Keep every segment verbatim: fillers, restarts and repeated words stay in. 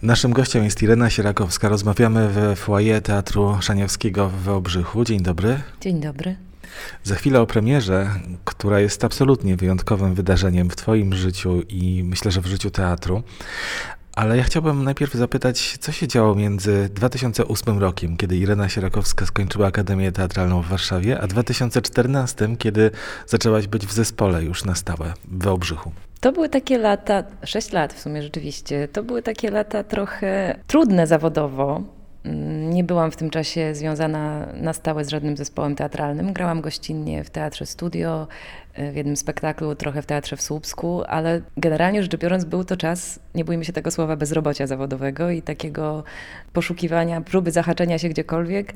Naszym gościem jest Irena Sierakowska. Rozmawiamy w foyer Teatru Szaniawskiego w Wałbrzychu. Dzień dobry. Dzień dobry. Za chwilę o premierze, która jest absolutnie wyjątkowym wydarzeniem w twoim życiu i myślę, że w życiu teatru. Ale ja chciałbym najpierw zapytać, co się działo między dwa tysiące ósmym rokiem, kiedy Irena Sierakowska skończyła Akademię Teatralną w Warszawie, a dwa tysiące czternastym, kiedy zaczęłaś być w zespole już na stałe w Wałbrzychu. To były takie lata, sześć lat w sumie rzeczywiście, to były takie lata trochę trudne zawodowo. Nie byłam w tym czasie związana na stałe z żadnym zespołem teatralnym. Grałam gościnnie w Teatrze Studio, w jednym spektaklu, trochę w Teatrze w Słupsku, ale generalnie rzecz biorąc był to czas, nie bójmy się tego słowa, bezrobocia zawodowego i takiego poszukiwania, próby zahaczenia się gdziekolwiek.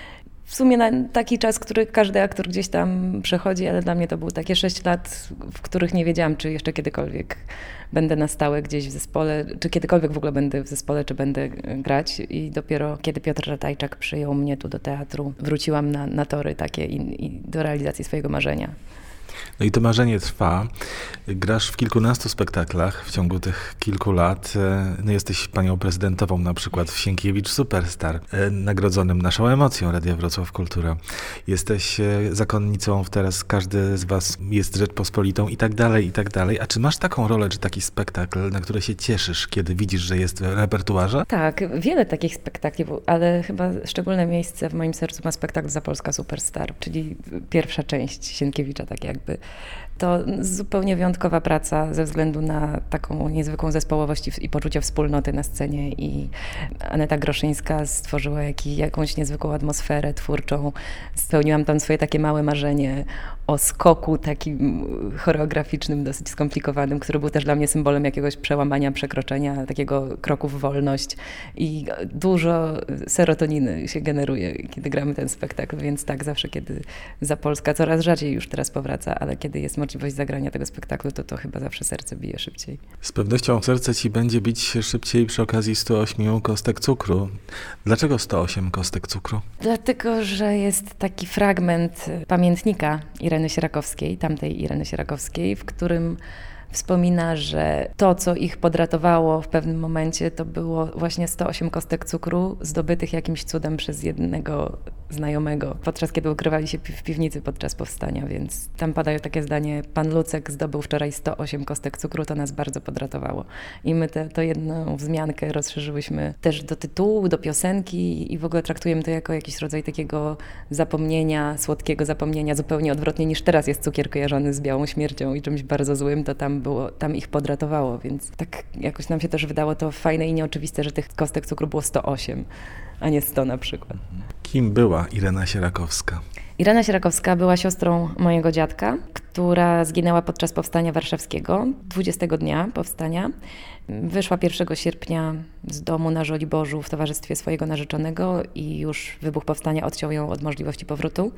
W sumie na taki czas, który każdy aktor gdzieś tam przechodzi, ale dla mnie to były takie sześć lat, w których nie wiedziałam, czy jeszcze kiedykolwiek będę na stałe gdzieś w zespole, czy kiedykolwiek w ogóle będę w zespole, czy będę grać. I dopiero kiedy Piotr Ratajczak przyjął mnie tu do teatru, wróciłam na, na tory takie i, i do realizacji swojego marzenia. No i to marzenie trwa. Grasz w kilkunastu spektaklach w ciągu tych kilku lat. No jesteś panią prezydentową na przykład w Sienkiewicz Superstar, nagrodzonym naszą emocją Radia Wrocław Kultura. Jesteś zakonnicą, teraz każdy z was jest Rzeczpospolitą i tak dalej, i tak dalej. A czy masz taką rolę, czy taki spektakl, na który się cieszysz, kiedy widzisz, że jest w repertuarze? Tak, wiele takich spektakli, ale chyba szczególne miejsce w moim sercu ma spektakl Zapolska Superstar, czyli pierwsza część Sienkiewicza, tak jakby. To zupełnie wyjątkowa praca ze względu na taką niezwykłą zespołowość i poczucie wspólnoty na scenie i Aneta Groszyńska stworzyła jak, jakąś niezwykłą atmosferę twórczą. Spełniłam tam swoje takie małe marzenie o skoku takim choreograficznym, dosyć skomplikowanym, który był też dla mnie symbolem jakiegoś przełamania, przekroczenia, takiego kroku w wolność i dużo serotoniny się generuje, kiedy gramy ten spektakl, więc tak, zawsze kiedy Zapolska, coraz rzadziej już teraz powraca, ale kiedy jest możliwość zagrania tego spektaklu, to to chyba zawsze serce bije szybciej. Z pewnością serce ci będzie bić szybciej przy okazji stu ośmiu kostek cukru. Dlaczego sto osiem kostek cukru? Dlatego, że jest taki fragment pamiętnika Ireny Sierakowskiej, tamtej Ireny Sierakowskiej, w którym wspomina, że to, co ich podratowało w pewnym momencie, to było właśnie sto osiem kostek cukru zdobytych jakimś cudem przez jednego znajomego, podczas kiedy ukrywali się w piwnicy podczas powstania, więc tam padają takie zdanie: pan Lucek zdobył wczoraj sto osiem kostek cukru, to nas bardzo podratowało. I my tę jedną wzmiankę rozszerzyłyśmy też do tytułu, do piosenki i w ogóle traktujemy to jako jakiś rodzaj takiego zapomnienia, słodkiego zapomnienia, zupełnie odwrotnie niż teraz jest cukier kojarzony z białą śmiercią i czymś bardzo złym, to tam było, tam ich podratowało, więc tak jakoś nam się też wydało to fajne i nieoczywiste, że tych kostek cukru było sto osiem, a nie sto na przykład. Kim była Irena Sierakowska? Irena Sierakowska była siostrą mojego dziadka, która zginęła podczas powstania warszawskiego, dwudziestego dnia powstania. Wyszła pierwszego sierpnia z domu na Żoliborzu w towarzystwie swojego narzeczonego i już wybuch powstania odciął ją od możliwości powrotu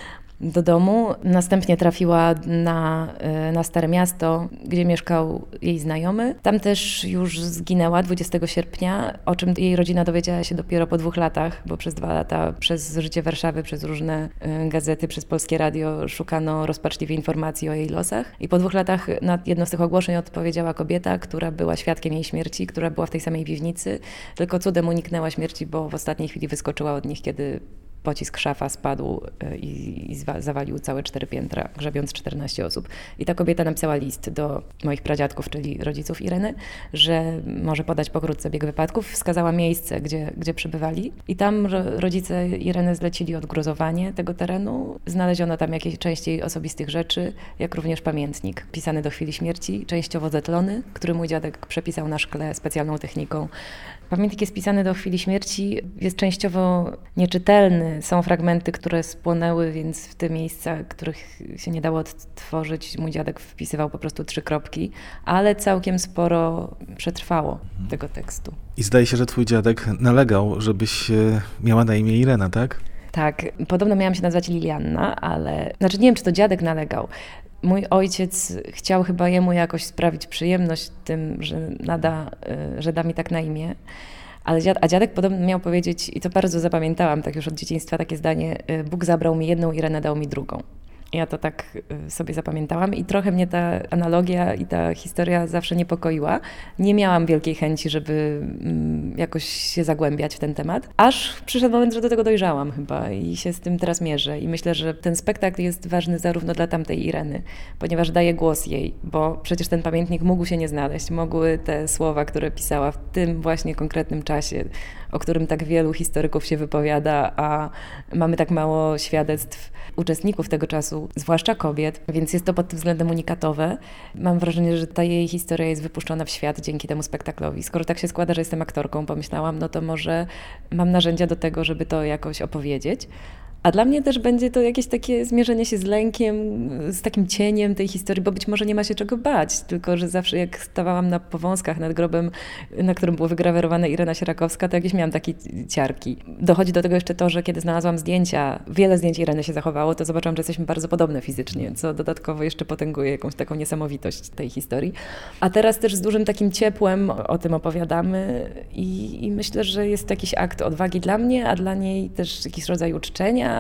do domu. Następnie trafiła na, na Stare Miasto, gdzie mieszkał jej znajomy. Tam też już zginęła dwudziestego sierpnia, o czym jej rodzina dowiedziała się dopiero po dwóch latach, bo przez dwa lata przez Życie Warszawy, przez różne gazety, przez Polskie Radio szukano rozpaczliwie informacji o jej losach. I po dwóch latach na jedno z tych ogłoszeń odpowiedziała kobieta, która była świadkiem jej śmierci, która była w tej samej piwnicy, tylko cudem uniknęła śmierci, bo w ostatniej chwili wyskoczyła od nich, kiedy pocisk szafa spadł i, i zawalił całe cztery piętra, grzebiąc czternaście osób. I ta kobieta napisała list do moich pradziadków, czyli rodziców Ireny, że może podać pokrótce bieg wypadków. Wskazała miejsce, gdzie, gdzie przebywali. I tam rodzice Ireny zlecili odgruzowanie tego terenu. Znaleziono tam jakieś części osobistych rzeczy, jak również pamiętnik pisany do chwili śmierci, częściowo zetlony, który mój dziadek przepisał na szkle specjalną techniką. Pamiętnik jest pisany do chwili śmierci, jest częściowo nieczytelny. Są fragmenty, które spłonęły, więc w te miejsca, których się nie dało odtworzyć, mój dziadek wpisywał po prostu trzy kropki, ale całkiem sporo przetrwało tego tekstu. I zdaje się, że twój dziadek nalegał, żebyś miała na imię Irena, tak? Tak, podobno miałam się nazywać Lilianna, ale... Znaczy nie wiem, czy to dziadek nalegał. Mój ojciec chciał chyba jemu jakoś sprawić przyjemność tym, że nada, że da mi tak na imię. Ale dziad, a dziadek podobno miał powiedzieć, i to bardzo zapamiętałam tak już od dzieciństwa, takie zdanie: Bóg zabrał mi jedną, Irenę dał mi drugą. Ja to tak sobie zapamiętałam i trochę mnie ta analogia i ta historia zawsze niepokoiła. Nie miałam wielkiej chęci, żeby jakoś się zagłębiać w ten temat, aż przyszedł moment, że do tego dojrzałam chyba i się z tym teraz mierzę. I myślę, że ten spektakl jest ważny zarówno dla tamtej Ireny, ponieważ daje głos jej, bo przecież ten pamiętnik mógł się nie znaleźć. Mogły te słowa, które pisała w tym właśnie konkretnym czasie, o którym tak wielu historyków się wypowiada, a mamy tak mało świadectw uczestników tego czasu, zwłaszcza kobiet, więc jest to pod tym względem unikatowe. Mam wrażenie, że ta jej historia jest wypuszczona w świat dzięki temu spektaklowi. Skoro tak się składa, że jestem aktorką, pomyślałam, no to może mam narzędzia do tego, żeby to jakoś opowiedzieć. A dla mnie też będzie to jakieś takie zmierzenie się z lękiem, z takim cieniem tej historii, bo być może nie ma się czego bać, tylko że zawsze jak stawałam na powązkach nad grobem, na którym było wygrawerowane Irena Sierakowska, to jakieś miałam takie ciarki. Dochodzi do tego jeszcze to, że kiedy znalazłam zdjęcia, wiele zdjęć Ireny się zachowało, to zobaczyłam, że jesteśmy bardzo podobne fizycznie, co dodatkowo jeszcze potęguje jakąś taką niesamowitość tej historii. A teraz też z dużym takim ciepłem o tym opowiadamy i, i myślę, że jest to jakiś akt odwagi dla mnie, a dla niej też jakiś rodzaj uczczenia,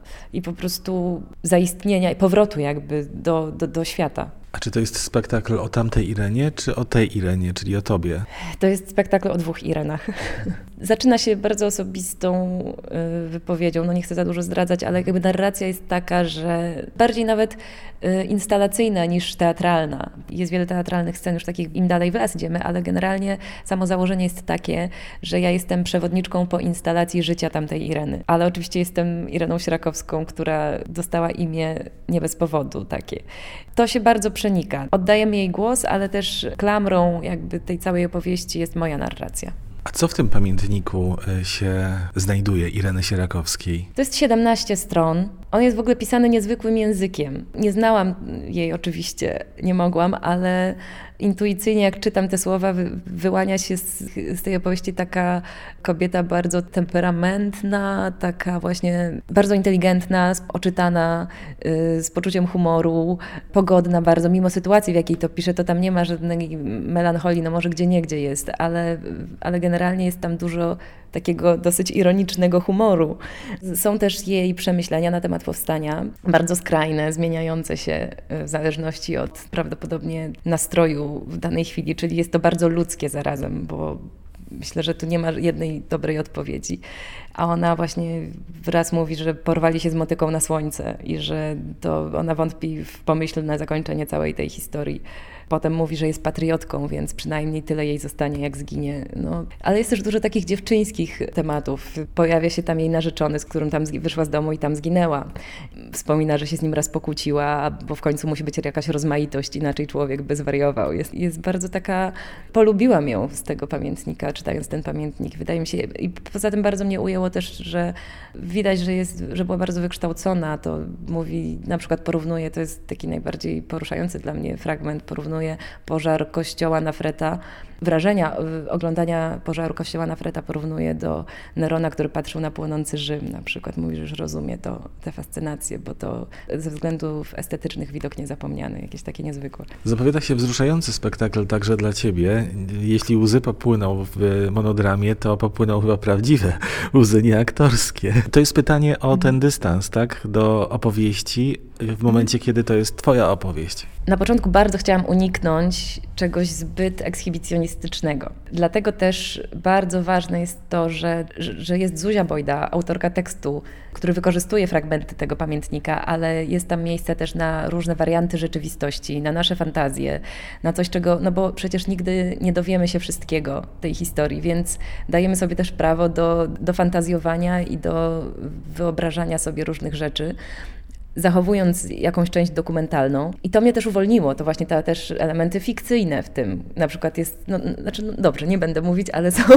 i po prostu zaistnienia i powrotu jakby do, do, do świata. A czy to jest spektakl o tamtej Irenie, czy o tej Irenie, czyli o tobie? To jest spektakl o dwóch Irenach. Zaczyna się bardzo osobistą wypowiedzią, no nie chcę za dużo zdradzać, ale jakby narracja jest taka, że bardziej nawet instalacyjna niż teatralna. Jest wiele teatralnych scen, już takich im dalej w las idziemy, ale generalnie samo założenie jest takie, że ja jestem przewodniczką po instalacji życia tamtej Ireny. Ale oczywiście jestem Ireną Sierakowską, która dostała imię nie bez powodu takie. To się bardzo przenika. Oddajemy jej głos, ale też klamrą jakby tej całej opowieści jest moja narracja. A co w tym pamiętniku się znajduje Ireny Sierakowskiej? To jest siedemnaście stron. On jest w ogóle pisany niezwykłym językiem. Nie znałam jej oczywiście, nie mogłam, ale intuicyjnie jak czytam te słowa, wy, wyłania się z, z tej opowieści taka kobieta bardzo temperamentna, taka właśnie bardzo inteligentna, oczytana, yy, z poczuciem humoru, pogodna bardzo, mimo sytuacji, w jakiej to pisze, to tam nie ma żadnej melancholii, no może gdzie niegdzie jest, ale, ale generalnie jest tam dużo takiego dosyć ironicznego humoru. Są też jej przemyślenia na temat powstania, bardzo skrajne, zmieniające się w zależności od prawdopodobnie nastroju w danej chwili, czyli jest to bardzo ludzkie zarazem, bo myślę, że tu nie ma jednej dobrej odpowiedzi. A ona właśnie wraz mówi, że porwali się z motyką na słońce i że to ona wątpi w pomyślne zakończenie całej tej historii. Potem mówi, że jest patriotką, więc przynajmniej tyle jej zostanie, jak zginie. No, ale jest też dużo takich dziewczyńskich tematów. Pojawia się tam jej narzeczony, z którym tam wyszła z domu i tam zginęła. Wspomina, że się z nim raz pokłóciła, bo w końcu musi być jakaś rozmaitość, inaczej człowiek by zwariował. Jest, jest bardzo taka... Polubiłam ją z tego pamiętnika, czytając ten pamiętnik. Wydaje mi się... I poza tym bardzo mnie ujęło też, że widać, że, jest, że była bardzo wykształcona. To mówi, na przykład porównuje, to jest taki najbardziej poruszający dla mnie fragment, porównuje pożar kościoła Nafreta, wrażenia oglądania pożaru kościoła Nafreta porównuje do Nerona, który patrzył na płonący Rzym. Na przykład mówi, że już rozumie to, tę fascynację, bo to ze względów estetycznych widok niezapomniany, jakieś takie niezwykłe. Zapowiada się wzruszający spektakl także dla ciebie. Jeśli łzy popłyną w monodramie, to popłyną chyba prawdziwe łzy, nie aktorskie. To jest pytanie o ten dystans, tak, do opowieści w momencie, kiedy to jest twoja opowieść. Na początku bardzo chciałam uniknąć czegoś zbyt ekshibicjonistycznego. Dlatego też bardzo ważne jest to, że, że jest Zuzia Bojda, autorka tekstu, który wykorzystuje fragmenty tego pamiętnika, ale jest tam miejsce też na różne warianty rzeczywistości, na nasze fantazje, na coś, czego, no bo przecież nigdy nie dowiemy się wszystkiego tej historii, więc dajemy sobie też prawo do, do fantazjowania i do wyobrażania sobie różnych rzeczy, zachowując jakąś część dokumentalną. I to mnie też uwolniło, to właśnie te też elementy fikcyjne w tym. Na przykład jest, no, znaczy, no dobrze, nie będę mówić, ale są,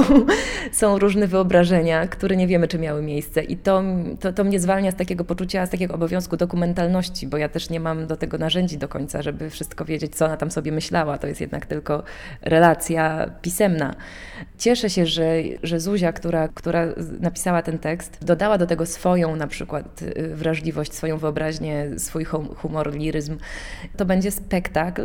są różne wyobrażenia, które nie wiemy, czy miały miejsce. I to, to, to mnie zwalnia z takiego poczucia, z takiego obowiązku dokumentalności, bo ja też nie mam do tego narzędzi do końca, żeby wszystko wiedzieć, co ona tam sobie myślała. To jest jednak tylko relacja pisemna. Cieszę się, że, że Zuzia, która, która napisała ten tekst, dodała do tego swoją na przykład wrażliwość, swoją wyobraźnię, swój humor, liryzm. To będzie spektakl,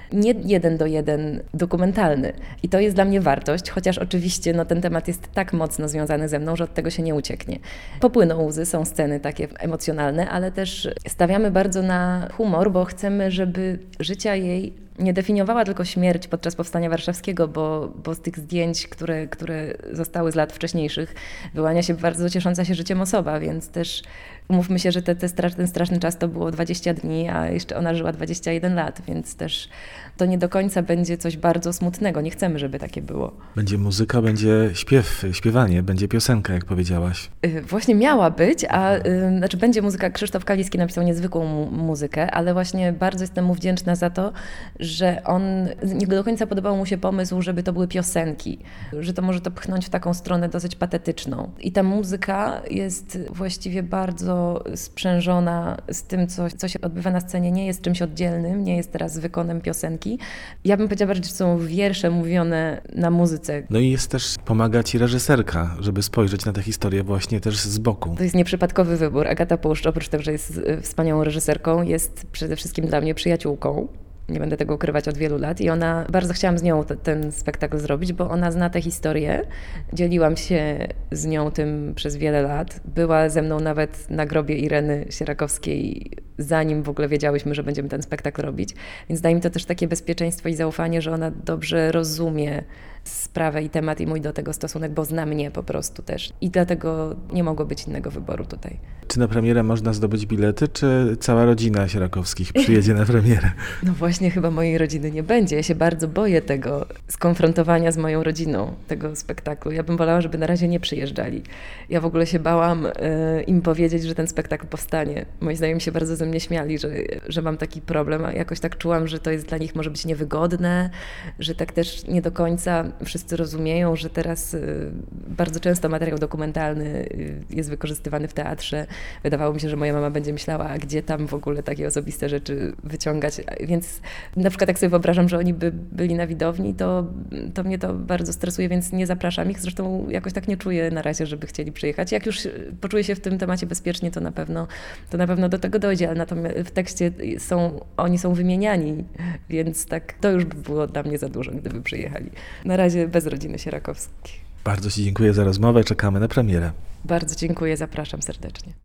nie jeden do jeden dokumentalny. I to jest dla mnie wartość, chociaż oczywiście no, ten temat jest tak mocno związany ze mną, że od tego się nie ucieknie. Popłyną łzy, są sceny takie emocjonalne, ale też stawiamy bardzo na humor, bo chcemy, żeby życia jej nie definiowała tylko śmierć podczas Powstania Warszawskiego, bo, bo z tych zdjęć, które, które zostały z lat wcześniejszych, wyłania się bardzo ciesząca się życiem osoba, więc też umówmy się, że te, te strasz, ten straszny czas to było dwadzieścia dni, a jeszcze ona żyła dwadzieścia jeden lat, więc też to nie do końca będzie coś bardzo smutnego. Nie chcemy, żeby takie było. Będzie muzyka, będzie śpiew, śpiewanie, będzie piosenka, jak powiedziałaś. Yy, właśnie miała być, a yy, znaczy będzie muzyka. Krzysztof Kaliski napisał niezwykłą mu- muzykę, ale właśnie bardzo jestem mu wdzięczna za to, że on, nie do końca podobał mu się pomysł, żeby to były piosenki, że to może to pchnąć w taką stronę dosyć patetyczną. I ta muzyka jest właściwie bardzo sprzężona z tym, co, co się odbywa na scenie, nie jest czymś oddzielnym, nie jest teraz wykonem piosenki. Ja bym powiedziała, że to są wiersze mówione na muzyce. No i jest też, pomaga ci reżyserka, żeby spojrzeć na tę historię właśnie też z boku. To jest nieprzypadkowy wybór. Agata Puszcz, oprócz tego, że jest wspaniałą reżyserką, jest przede wszystkim dla mnie przyjaciółką. Nie będę tego ukrywać od wielu lat i ona, bardzo chciałam z nią te, ten spektakl zrobić, bo ona zna tę historię. Dzieliłam się z nią tym przez wiele lat. Była ze mną nawet na grobie Ireny Sierakowskiej, zanim w ogóle wiedziałyśmy, że będziemy ten spektakl robić. Więc daje mi to też takie bezpieczeństwo i zaufanie, że ona dobrze rozumie sprawę i temat i mój do tego stosunek, bo zna mnie po prostu też. I dlatego nie mogło być innego wyboru tutaj. Czy na premierę można zdobyć bilety, czy cała rodzina Sierakowskich przyjedzie na premierę? No właśnie, chyba mojej rodziny nie będzie. Ja się bardzo boję tego skonfrontowania z moją rodziną, tego spektaklu. Ja bym wolała, żeby na razie nie przyjeżdżali. Ja w ogóle się bałam y, im powiedzieć, że ten spektakl powstanie. Moi znajomi się bardzo ze mnie śmiali, że, że mam taki problem, a jakoś tak czułam, że to jest dla nich może być niewygodne, że tak też nie do końca wszyscy rozumieją, że teraz y, bardzo często materiał dokumentalny y, jest wykorzystywany w teatrze. Wydawało mi się, że moja mama będzie myślała, a gdzie tam w ogóle takie osobiste rzeczy wyciągać. Więc na przykład jak sobie wyobrażam, że oni by byli na widowni, to, to mnie to bardzo stresuje, więc nie zapraszam ich. Zresztą jakoś tak nie czuję na razie, żeby chcieli przyjechać. Jak już poczuję się w tym temacie bezpiecznie, to na pewno, to na pewno do tego dojdzie, ale natomiast w tekście są, oni są wymieniani, więc tak to już by było dla mnie za dużo, gdyby przyjechali. Na razie bez rodziny Sierakowskich. Bardzo ci dziękuję za rozmowę, czekamy na premierę. Bardzo dziękuję, zapraszam serdecznie.